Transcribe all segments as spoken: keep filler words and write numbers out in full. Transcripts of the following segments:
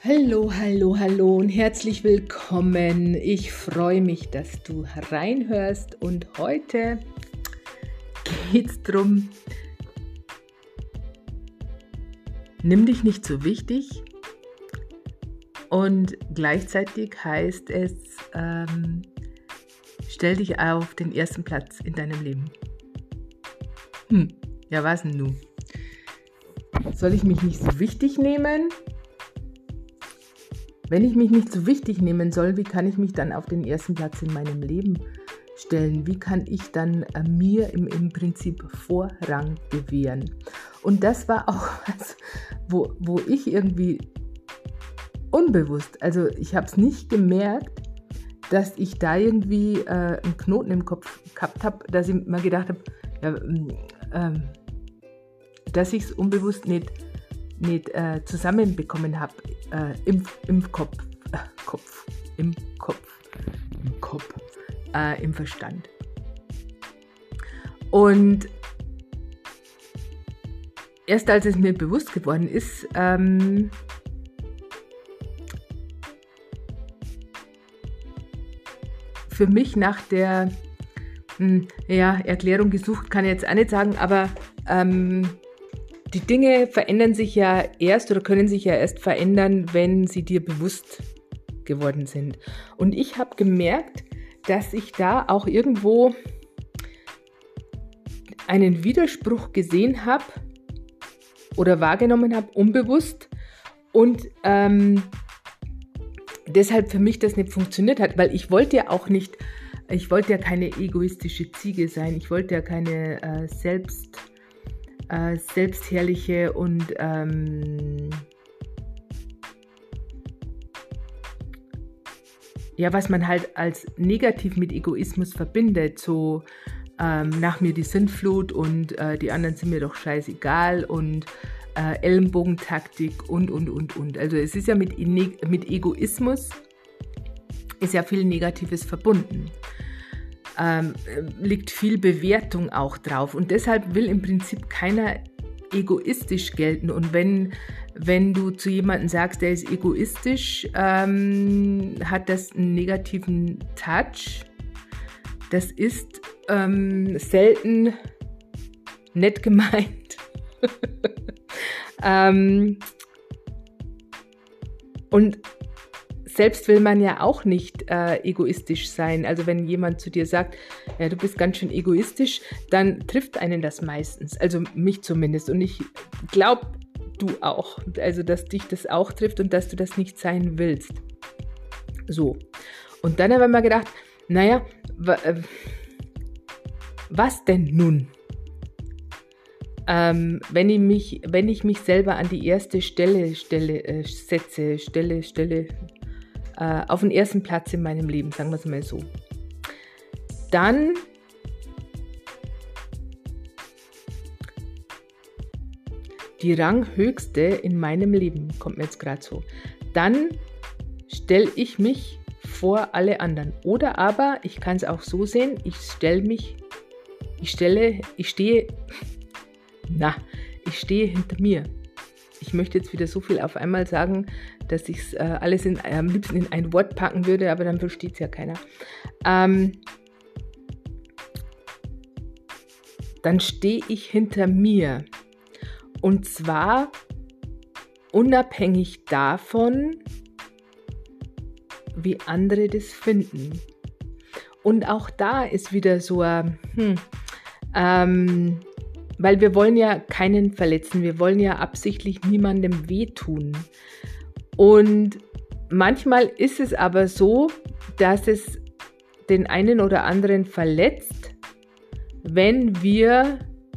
Hallo, hallo, hallo und herzlich willkommen. Ich freue mich, dass du reinhörst und heute geht es darum, nimm dich nicht so wichtig und gleichzeitig heißt es, ähm, stell dich auf den ersten Platz in deinem Leben. Hm, ja was denn nun? Soll ich mich nicht so wichtig nehmen? Wenn ich mich nicht so wichtig nehmen soll, wie kann ich mich dann auf den ersten Platz in meinem Leben stellen? Wie kann ich dann äh, mir im, im Prinzip Vorrang gewähren? Und das war auch was, wo, wo ich irgendwie unbewusst, also ich habe es nicht gemerkt, dass ich da irgendwie äh, einen Knoten im Kopf gehabt habe, dass ich mir gedacht habe, ja, äh, dass ich es unbewusst nicht nicht äh, zusammenbekommen habe äh, im, im Kopf, äh, Kopf, im Kopf, im Kopf, äh, im Verstand. Und erst als es mir bewusst geworden ist, ähm, für mich nach der mh, ja, Erklärung gesucht, kann ich jetzt auch nicht sagen, aber ähm, die Dinge verändern sich ja erst oder können sich ja erst verändern, wenn sie dir bewusst geworden sind. Und ich habe gemerkt, dass ich da auch irgendwo einen Widerspruch gesehen habe oder wahrgenommen habe, unbewusst. Und ähm, deshalb für mich das nicht funktioniert hat, weil ich wollte ja auch nicht, ich wollte ja keine egoistische Ziege sein, ich wollte ja keine äh, selbst... Äh, selbstherrliche und ähm, ja, was man halt als negativ mit Egoismus verbindet, so ähm, nach mir die Sintflut und äh, die anderen sind mir doch scheißegal und äh, Ellenbogentaktik und, und, und, und. Also es ist ja mit, mit Egoismus ist ja viel Negatives verbunden. Ähm, liegt viel Bewertung auch drauf und deshalb will im Prinzip keiner egoistisch gelten und wenn, wenn du zu jemandem sagst, der ist egoistisch, ähm, hat das einen negativen Touch. Das ist ähm, selten nett gemeint. ähm, und Selbst will man ja auch nicht äh, egoistisch sein. Also wenn jemand zu dir sagt, ja, du bist ganz schön egoistisch, dann trifft einen das meistens. Also mich zumindest. Und ich glaube, du auch. Also dass dich das auch trifft und dass du das nicht sein willst. So. Und dann habe ich mir gedacht, naja, wa- äh, was denn nun? Ähm, wenn ich mich, wenn ich mich selber an die erste Stelle, Stelle äh, setze, Stelle, Stelle, auf den ersten Platz in meinem Leben, sagen wir es mal so. Dann die Ranghöchste in meinem Leben, kommt mir jetzt gerade so. Dann stelle ich mich vor alle anderen. Oder aber, ich kann es auch so sehen, ich stelle mich, ich stelle, ich stehe, na, ich stehe hinter mir. Ich möchte jetzt wieder so viel auf einmal sagen, dass ich es äh, alles in, äh, am liebsten in ein Wort packen würde, aber dann versteht es ja keiner. Ähm, dann stehe ich hinter mir. Und zwar unabhängig davon, wie andere das finden. Und auch da ist wieder so ein, hm, ähm, weil wir wollen ja keinen verletzen, wir wollen ja absichtlich niemandem wehtun. Und manchmal ist es aber so, dass es den einen oder anderen verletzt, wenn wir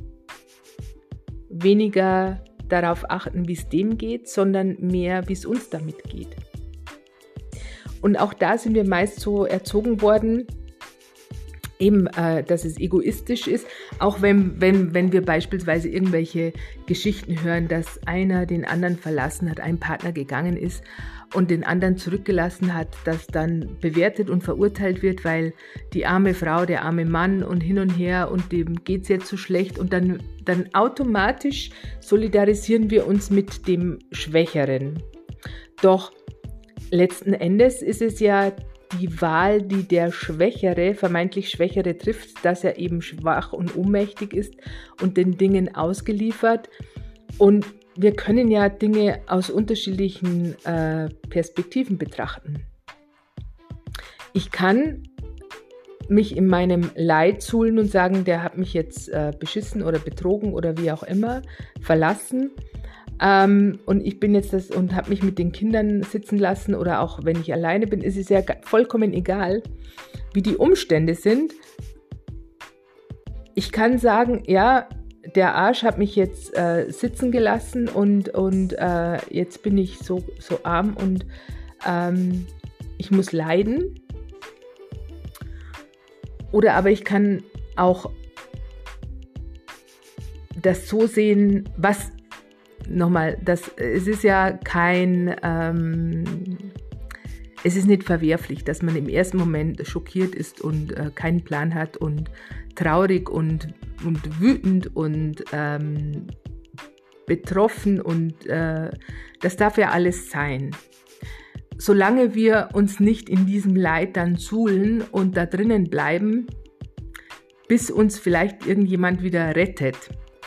weniger darauf achten, wie es dem geht, sondern mehr, wie es uns damit geht. Und auch da sind wir meist so erzogen worden, eben, äh, dass es egoistisch ist, auch wenn, wenn, wenn wir beispielsweise irgendwelche Geschichten hören, dass einer den anderen verlassen hat, ein Partner gegangen ist und den anderen zurückgelassen hat, dass dann bewertet und verurteilt wird, weil die arme Frau, der arme Mann und hin und her und dem geht es jetzt so schlecht und dann, dann automatisch solidarisieren wir uns mit dem Schwächeren. Doch letzten Endes ist es ja die Wahl, die der Schwächere, vermeintlich Schwächere trifft, dass er eben schwach und ohnmächtig ist und den Dingen ausgeliefert. Und wir können ja Dinge aus unterschiedlichen äh, Perspektiven betrachten. Ich kann mich in meinem Leid suhlen und sagen, der hat mich jetzt äh, beschissen oder betrogen oder wie auch immer verlassen. Ähm, und ich bin jetzt das und habe mich mit den Kindern sitzen lassen oder auch wenn ich alleine bin, ist es ja vollkommen egal, wie die Umstände sind. Ich kann sagen, ja, der Arsch hat mich jetzt äh, sitzen gelassen und, und äh, jetzt bin ich so, so arm und ähm, ich muss leiden. Oder aber ich kann auch das so sehen, was nochmal, das, es ist ja kein, ähm, es ist nicht verwerflich, dass man im ersten Moment schockiert ist und äh, keinen Plan hat und traurig und, und wütend und ähm, betroffen und äh, das darf ja alles sein. Solange wir uns nicht in diesem Leid dann suhlen und da drinnen bleiben, bis uns vielleicht irgendjemand wieder rettet.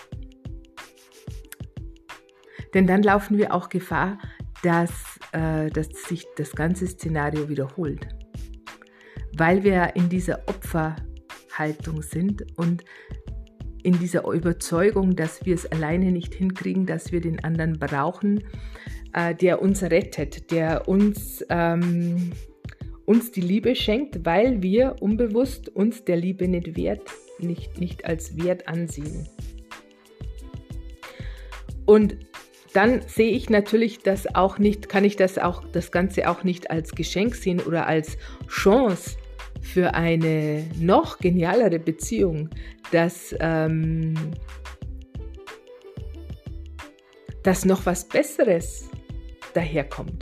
Denn dann laufen wir auch Gefahr, dass, äh, dass sich das ganze Szenario wiederholt. Weil wir in dieser Opferhaltung sind und in dieser Überzeugung, dass wir es alleine nicht hinkriegen, dass wir den anderen brauchen, äh, der uns rettet, der uns, ähm, uns die Liebe schenkt, weil wir unbewusst uns der Liebe nicht wert, nicht, nicht als wert ansehen. Und dann sehe ich natürlich das auch nicht, kann ich das auch, das Ganze auch nicht als Geschenk sehen oder als Chance für eine noch genialere Beziehung, dass, ähm, dass noch was Besseres daherkommt.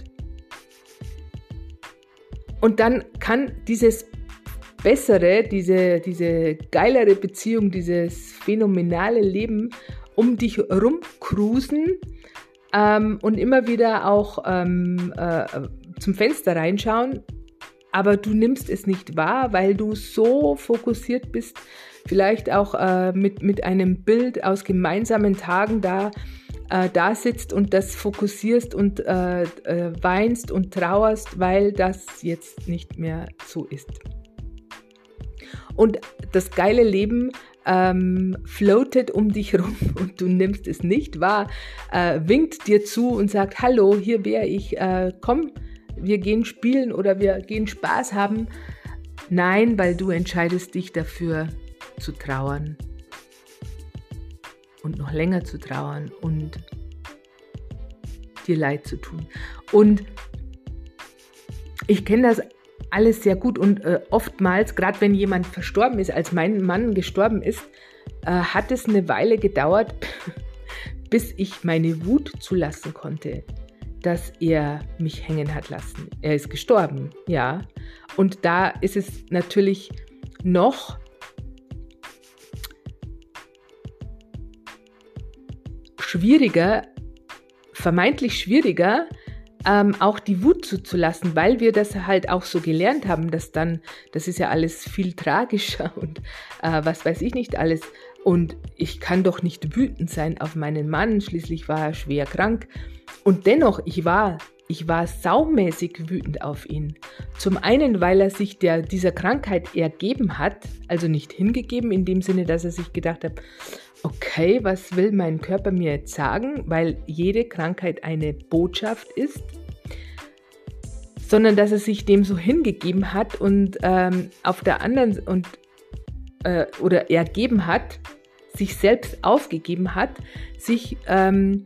Und dann kann dieses Bessere, diese, diese geilere Beziehung, dieses phänomenale Leben um dich rumcruisen, Ähm, und immer wieder auch ähm, äh, zum Fenster reinschauen, aber du nimmst es nicht wahr, weil du so fokussiert bist, vielleicht auch äh, mit, mit einem Bild aus gemeinsamen Tagen da, äh, da sitzt und das fokussierst und äh, äh, weinst und trauerst, weil das jetzt nicht mehr so ist. Und das geile Leben ähm, floatet um dich rum und du nimmst es nicht wahr, äh, winkt dir zu und sagt, hallo, hier wäre ich, äh, komm, wir gehen spielen oder wir gehen Spaß haben. Nein, weil du entscheidest dich dafür zu trauern und noch länger zu trauern und dir leid zu tun. Und ich kenne das alles sehr gut und äh, oftmals, gerade wenn jemand verstorben ist, als mein Mann gestorben ist, äh, hat es eine Weile gedauert, bis ich meine Wut zulassen konnte, dass er mich hängen hat lassen. Er ist gestorben, ja. Und da ist es natürlich noch schwieriger, vermeintlich schwieriger, Ähm, auch die Wut zuzulassen, weil wir das halt auch so gelernt haben, dass dann, das ist ja alles viel tragischer und äh, was weiß ich nicht alles. Und ich kann doch nicht wütend sein auf meinen Mann, schließlich war er schwer krank. Und dennoch, ich war, ich war saumäßig wütend auf ihn. Zum einen, weil er sich der, dieser Krankheit ergeben hat, also nicht hingegeben in dem Sinne, dass er sich gedacht hat, okay, was will mein Körper mir jetzt sagen, weil jede Krankheit eine Botschaft ist, sondern dass er sich dem so hingegeben hat und ähm, auf der anderen und äh, oder ergeben hat, sich selbst aufgegeben hat, sich ähm,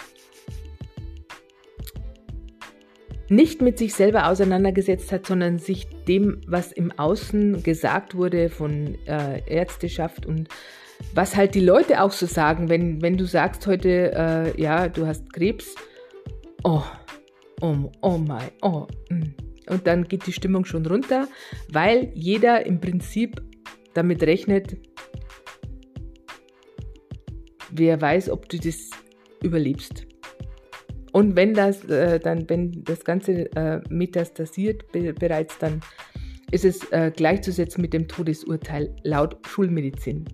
nicht mit sich selber auseinandergesetzt hat, sondern sich dem, was im Außen gesagt wurde von äh, Ärzteschaft und was halt die Leute auch so sagen, wenn, wenn du sagst heute, äh, ja, du hast Krebs, oh, oh, oh mein, oh. Und dann geht die Stimmung schon runter, weil jeder im Prinzip damit rechnet, wer weiß, ob du das überlebst. Und wenn das äh, dann, wenn das Ganze äh, metastasiert be- bereits, dann ist es äh, gleichzusetzen mit dem Todesurteil laut Schulmedizin.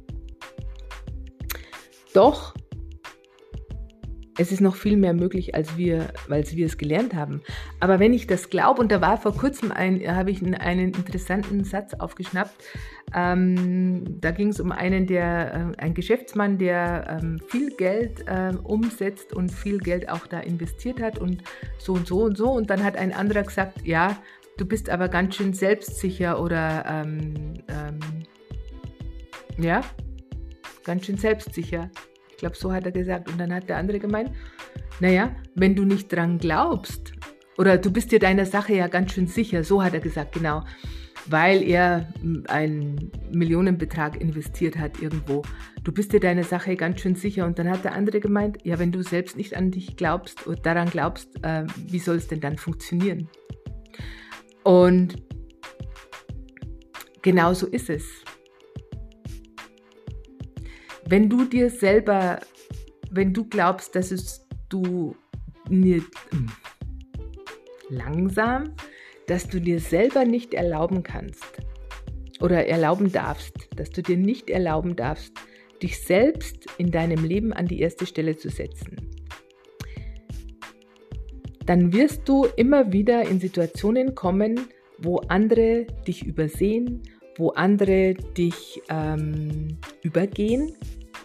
Doch es ist noch viel mehr möglich, als wir, als wir es gelernt haben. Aber wenn ich das glaube, und da war vor kurzem ein, habe ich einen, einen interessanten Satz aufgeschnappt. Ähm, da ging es um einen, der, äh, ein Geschäftsmann, der ähm, viel Geld äh, umsetzt und viel Geld auch da investiert hat und so und so und so. Und dann hat ein anderer gesagt, ja, du bist aber ganz schön selbstsicher oder ähm, ähm, ja, ganz schön selbstsicher. Ich glaube, so hat er gesagt. Und dann hat der andere gemeint, naja, wenn du nicht dran glaubst, oder du bist dir deiner Sache ja ganz schön sicher, so hat er gesagt, genau, weil er einen Millionenbetrag investiert hat irgendwo. Du bist dir deiner Sache ganz schön sicher. Und dann hat der andere gemeint, ja, wenn du selbst nicht an dich glaubst oder daran glaubst, äh, wie soll es denn dann funktionieren? Und genau so ist es. Wenn du dir selber, wenn du glaubst, dass es du nicht, langsam, dass du dir selber nicht erlauben kannst oder erlauben darfst, dass du dir nicht erlauben darfst, dich selbst in deinem Leben an die erste Stelle zu setzen, dann wirst du immer wieder in Situationen kommen, wo andere dich übersehen, wo andere dich ähm, übergehen,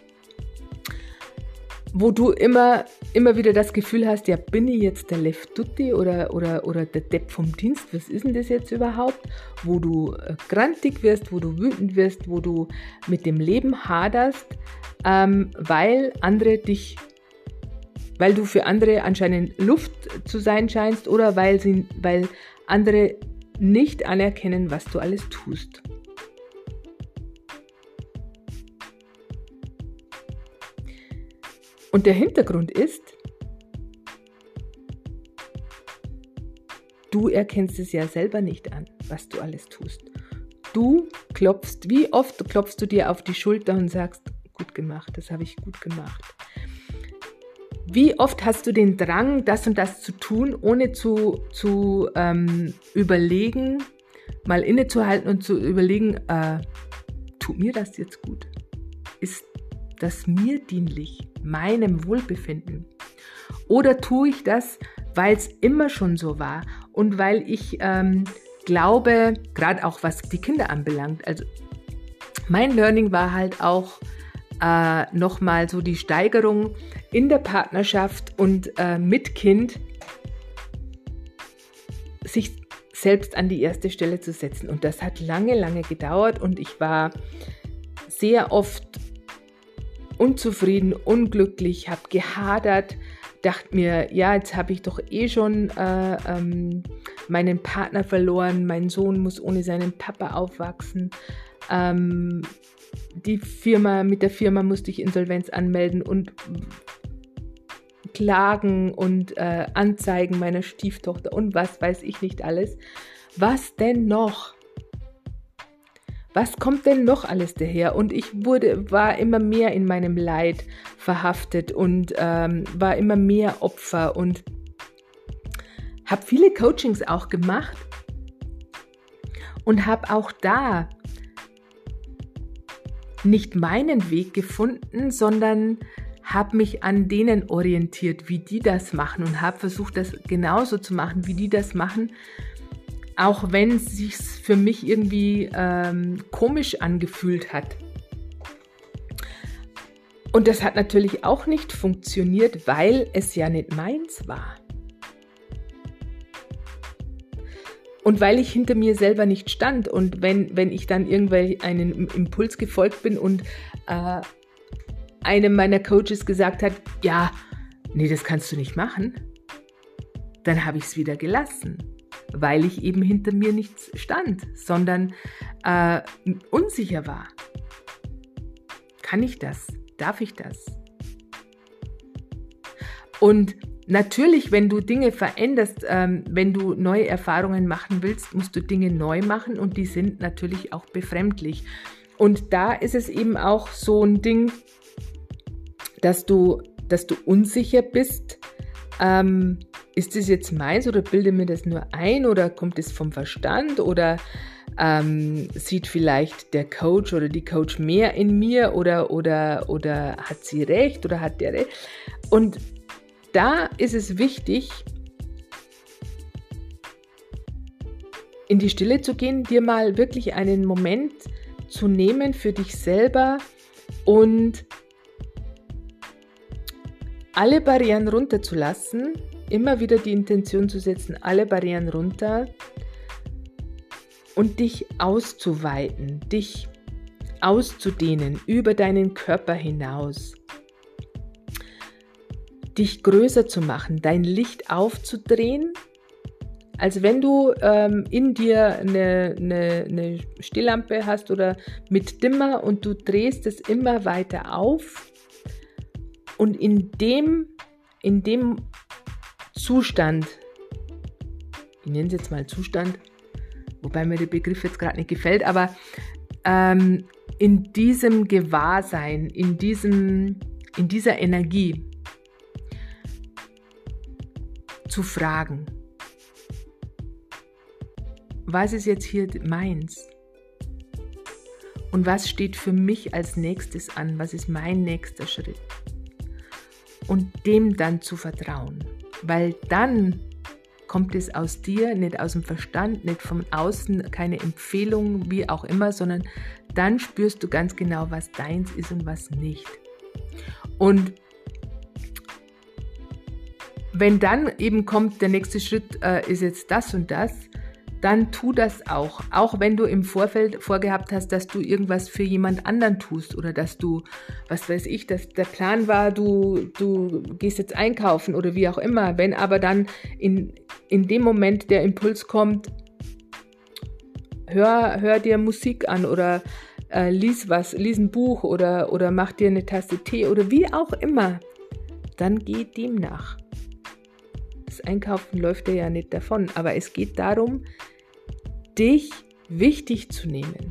wo du immer, immer wieder das Gefühl hast, ja, bin ich jetzt der Leftutti oder, oder, oder der Depp vom Dienst, was ist denn das jetzt überhaupt? Wo du äh, grantig wirst, wo du wütend wirst, wo du mit dem Leben haderst, ähm, weil andere dich, weil du für andere anscheinend Luft zu sein scheinst oder weil, sie, weil andere nicht anerkennen, was du alles tust. Und der Hintergrund ist, du erkennst es ja selber nicht an, was du alles tust. Du klopfst, wie oft klopfst du dir auf die Schulter und sagst, gut gemacht, das habe ich gut gemacht. Wie oft hast du den Drang, das und das zu tun, ohne zu, zu ähm, überlegen, mal innezuhalten und zu überlegen, äh, tut mir das jetzt gut? Ist das mir dienlich, meinem Wohlbefinden? Oder tue ich das, weil es immer schon so war und weil ich ähm, glaube, gerade auch was die Kinder anbelangt, also mein Learning war halt auch äh, nochmal so die Steigerung in der Partnerschaft und äh, mit Kind, sich selbst an die erste Stelle zu setzen. Und das hat lange, lange gedauert und ich war sehr oft unzufrieden, unglücklich, habe gehadert, dachte mir, ja, jetzt habe ich doch eh schon äh, ähm, meinen Partner verloren, mein Sohn muss ohne seinen Papa aufwachsen, ähm, die Firma, mit der Firma musste ich Insolvenz anmelden und klagen und äh, Anzeigen meiner Stieftochter und was weiß ich nicht alles. Was denn noch? Was kommt denn noch alles daher? Und ich wurde, war immer mehr in meinem Leid verhaftet und ähm, war immer mehr Opfer und habe viele Coachings auch gemacht und habe auch da nicht meinen Weg gefunden, sondern habe mich an denen orientiert, wie die das machen und habe versucht, das genauso zu machen, wie die das machen, auch wenn es sich für mich irgendwie ähm, komisch angefühlt hat. Und das hat natürlich auch nicht funktioniert, weil es ja nicht meins war. Und weil ich hinter mir selber nicht stand und wenn, wenn ich dann irgendwann einen Impuls gefolgt bin und äh, einem meiner Coaches gesagt hat, ja, nee, das kannst du nicht machen, dann habe ich es wieder gelassen, weil ich eben hinter mir nichts stand, sondern äh, unsicher war. Kann ich das? Darf ich das? Und natürlich, wenn du Dinge veränderst, ähm, wenn du neue Erfahrungen machen willst, musst du Dinge neu machen und die sind natürlich auch befremdlich. Und da ist es eben auch so ein Ding, dass du, dass du unsicher bist, ähm, ist das jetzt meins oder bilde mir das nur ein oder kommt es vom Verstand oder ähm, sieht vielleicht der Coach oder die Coach mehr in mir oder, oder, oder hat sie recht oder hat der recht? Und da ist es wichtig, in die Stille zu gehen, dir mal wirklich einen Moment zu nehmen für dich selber und alle Barrieren runterzulassen, immer wieder die Intention zu setzen, alle Barrieren runter und dich auszuweiten, dich auszudehnen über deinen Körper hinaus, dich größer zu machen, dein Licht aufzudrehen, als wenn du ähm, in dir eine, eine, eine Stehlampe hast oder mit Dimmer und du drehst es immer weiter auf und in dem, in dem Zustand, ich nenne es jetzt mal Zustand, wobei mir der Begriff jetzt gerade nicht gefällt, aber ähm, in diesem Gewahrsein, in, diesem, in dieser Energie zu fragen, was ist jetzt hier meins? Und was steht für mich als nächstes an? Was ist mein nächster Schritt? Und dem dann zu vertrauen, weil dann kommt es aus dir, nicht aus dem Verstand, nicht von außen, keine Empfehlung, wie auch immer, sondern dann spürst du ganz genau, was deins ist und was nicht. Und wenn dann eben kommt, der nächste Schritt äh, ist jetzt das und das, dann tu das auch. Auch wenn du im Vorfeld vorgehabt hast, dass du irgendwas für jemand anderen tust oder dass du, was weiß ich, dass der Plan war, du, du gehst jetzt einkaufen oder wie auch immer. Wenn aber dann in, in dem Moment der Impuls kommt, hör, hör dir Musik an oder äh, lies was, lies ein Buch oder, oder mach dir eine Tasse Tee oder wie auch immer, dann geh dem nach. Das Einkaufen läuft dir ja nicht davon, aber es geht darum, dich wichtig zu nehmen.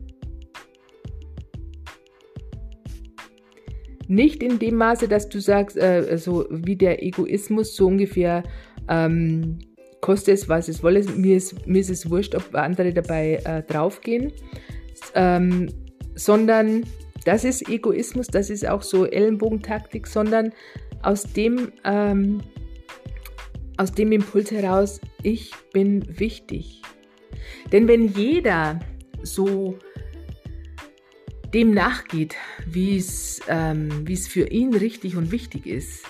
Nicht in dem Maße, dass du sagst, äh, so wie der Egoismus, so ungefähr, ähm, koste es, was es wolle, mir ist, mir ist es wurscht, ob andere dabei äh, draufgehen, ähm, sondern das ist Egoismus, das ist auch so Ellenbogentaktik, sondern aus dem ähm, Aus dem Impuls heraus, ich bin wichtig. Denn wenn jeder so dem nachgeht, wie es, ähm, wie es für ihn richtig und wichtig ist,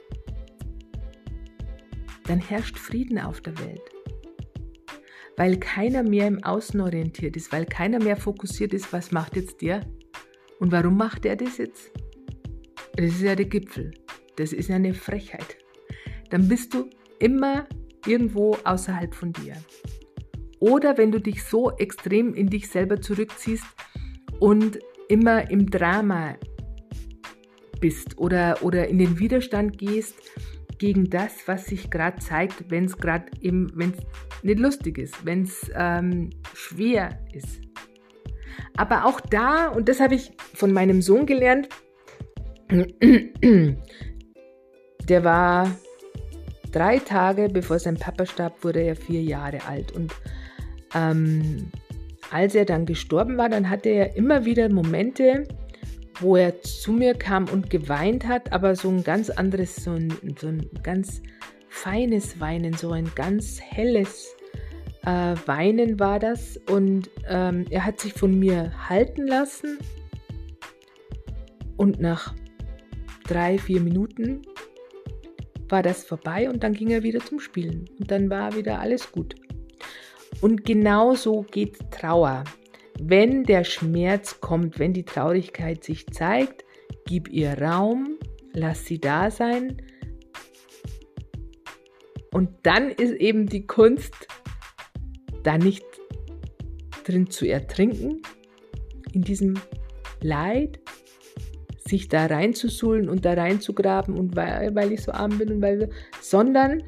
dann herrscht Frieden auf der Welt. Weil keiner mehr im Außen orientiert ist, weil keiner mehr fokussiert ist, was macht jetzt der und warum macht er das jetzt? Das ist ja der Gipfel. Das ist ja eine Frechheit. Dann bist du immer irgendwo außerhalb von dir. Oder wenn du dich so extrem in dich selber zurückziehst und immer im Drama bist oder, oder in den Widerstand gehst gegen das, was sich gerade zeigt, wenn es gerade eben, wenn es nicht lustig ist, wenn es ähm, schwer ist. Aber auch da, und das habe ich von meinem Sohn gelernt, der war Drei Tage bevor sein Papa starb, wurde er vier Jahre alt. Und ähm, als er dann gestorben war, dann hatte er immer wieder Momente, wo er zu mir kam und geweint hat, aber so ein ganz anderes, so ein, so ein ganz feines Weinen, so ein ganz helles äh, Weinen war das. Und ähm, er hat sich von mir halten lassen und nach drei, vier Minuten war das vorbei und dann ging er wieder zum Spielen und dann war wieder alles gut. Und genau so geht Trauer. Wenn der Schmerz kommt, wenn die Traurigkeit sich zeigt, gib ihr Raum, lass sie da sein und dann ist eben die Kunst, da nicht drin zu ertrinken, in diesem Leid, sich da reinzusuhlen und da reinzugraben und weil, weil ich so arm bin und weil, sondern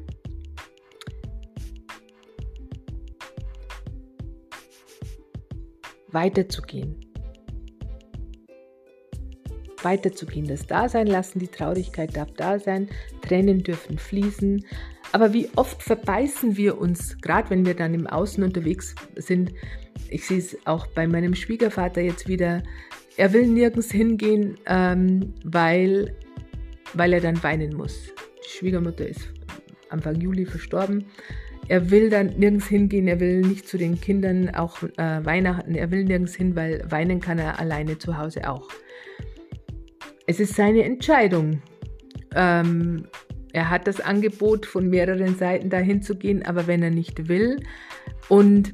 weiterzugehen. weiterzugehen, das da sein lassen, die Traurigkeit darf da sein, Tränen dürfen fließen. Aber wie oft verbeißen wir uns, gerade wenn wir dann im Außen unterwegs sind, ich sehe es auch bei meinem Schwiegervater jetzt wieder, er will nirgends hingehen, ähm, weil, weil er dann weinen muss. Die Schwiegermutter ist Anfang Juli verstorben. Er will dann nirgends hingehen, er will nicht zu den Kindern, auch äh, Weihnachten, er will nirgends hin, weil weinen kann er alleine zu Hause auch. Es ist seine Entscheidung. Ähm, er hat das Angebot von mehreren Seiten dahin zu gehen, aber wenn er nicht will und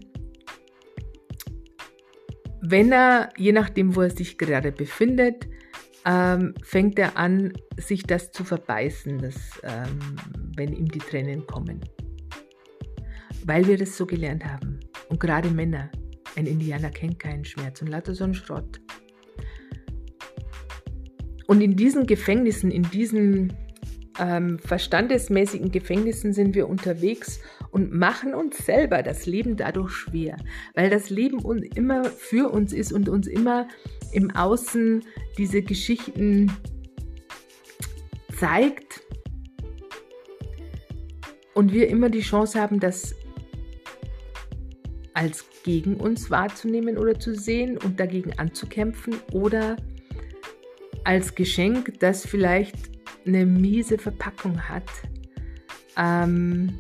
wenn er, je nachdem, wo er sich gerade befindet, ähm, fängt er an, sich das zu verbeißen, das, ähm, wenn ihm die Tränen kommen. Weil wir das so gelernt haben. Und gerade Männer, ein Indianer kennt keinen Schmerz und lauter so einen Schrott. Und in diesen Gefängnissen, in diesen ähm, verstandesmäßigen Gefängnissen sind wir unterwegs und machen uns selber das Leben dadurch schwer, weil das Leben immer für uns ist und uns immer im Außen diese Geschichten zeigt und wir immer die Chance haben, das als gegen uns wahrzunehmen oder zu sehen und dagegen anzukämpfen oder als Geschenk, das vielleicht eine miese Verpackung hat. Ähm,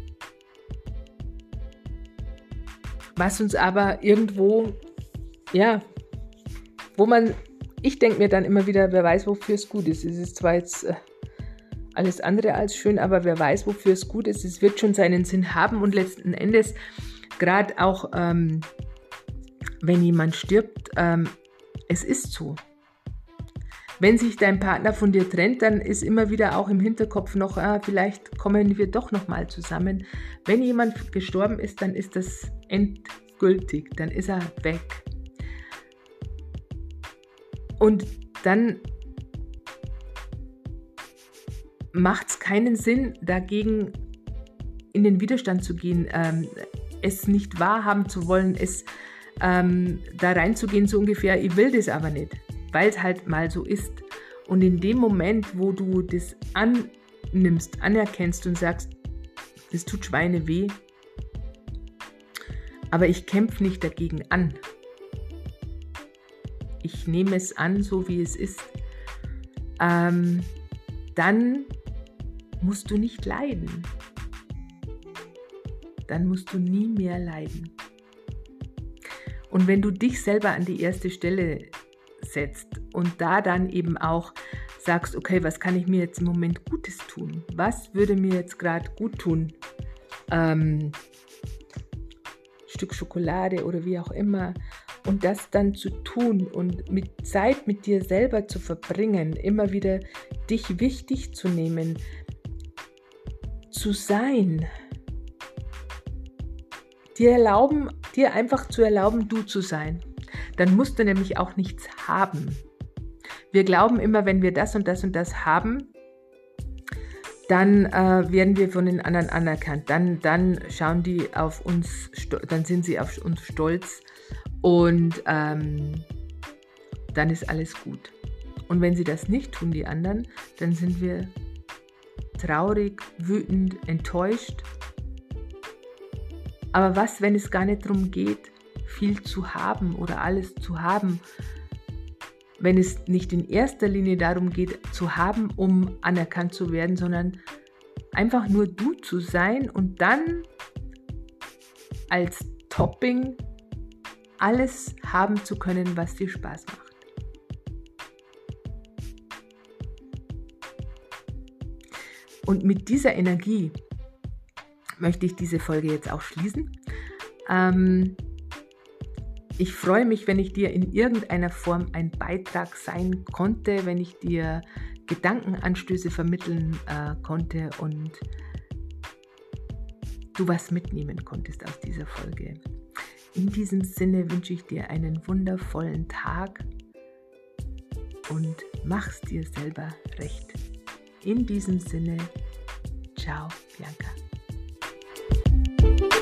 was uns aber irgendwo, ja, wo man, ich denke mir dann immer wieder, wer weiß, wofür es gut ist. Es ist zwar jetzt äh, alles andere als schön, aber wer weiß, wofür es gut ist. Es wird schon seinen Sinn haben und letzten Endes, gerade auch, ähm, wenn jemand stirbt, ähm, es ist so. Wenn sich dein Partner von dir trennt, dann ist immer wieder auch im Hinterkopf noch, ah, vielleicht kommen wir doch nochmal zusammen. Wenn jemand gestorben ist, dann ist das endgültig, dann ist er weg. Und dann macht es keinen Sinn, dagegen in den Widerstand zu gehen, ähm, es nicht wahrhaben zu wollen, es ähm, da reinzugehen so ungefähr, ich will das aber nicht, weil es halt mal so ist. Und in dem Moment, wo du das annimmst, anerkennst und sagst, das tut Schweine weh, aber ich kämpfe nicht dagegen an. Ich nehme es an, so wie es ist. Ähm, dann musst du nicht leiden. Dann musst du nie mehr leiden. Und wenn du dich selber an die erste Stelle setzt und da dann eben auch sagst, okay, was kann ich mir jetzt im Moment Gutes tun? Was würde mir jetzt gerade gut tun? Ähm, Stück Schokolade oder wie auch immer. Und das dann zu tun und mit Zeit mit dir selber zu verbringen, immer wieder dich wichtig zu nehmen, zu sein, dir erlauben, dir einfach zu erlauben, du zu sein. Dann musst du nämlich auch nichts haben. Wir glauben immer, wenn wir das und das und das haben, dann äh, werden wir von den anderen anerkannt. Dann, dann schauen die auf uns, dann sind sie auf uns stolz und ähm, dann ist alles gut. Und wenn sie das nicht tun, die anderen, dann sind wir traurig, wütend, enttäuscht. Aber was, wenn es gar nicht darum geht, viel zu haben oder alles zu haben, wenn es nicht in erster Linie darum geht, zu haben, um anerkannt zu werden, sondern einfach nur du zu sein und dann als Topping alles haben zu können, was dir Spaß macht. Und mit dieser Energie möchte ich diese Folge jetzt auch schließen. Ähm, ich freue mich, wenn ich dir in irgendeiner Form ein Beitrag sein konnte, wenn ich dir Gedankenanstöße vermitteln äh, konnte und du was mitnehmen konntest aus dieser Folge. In diesem Sinne wünsche ich dir einen wundervollen Tag und mach's dir selber recht. In diesem Sinne, ciao, Bianca.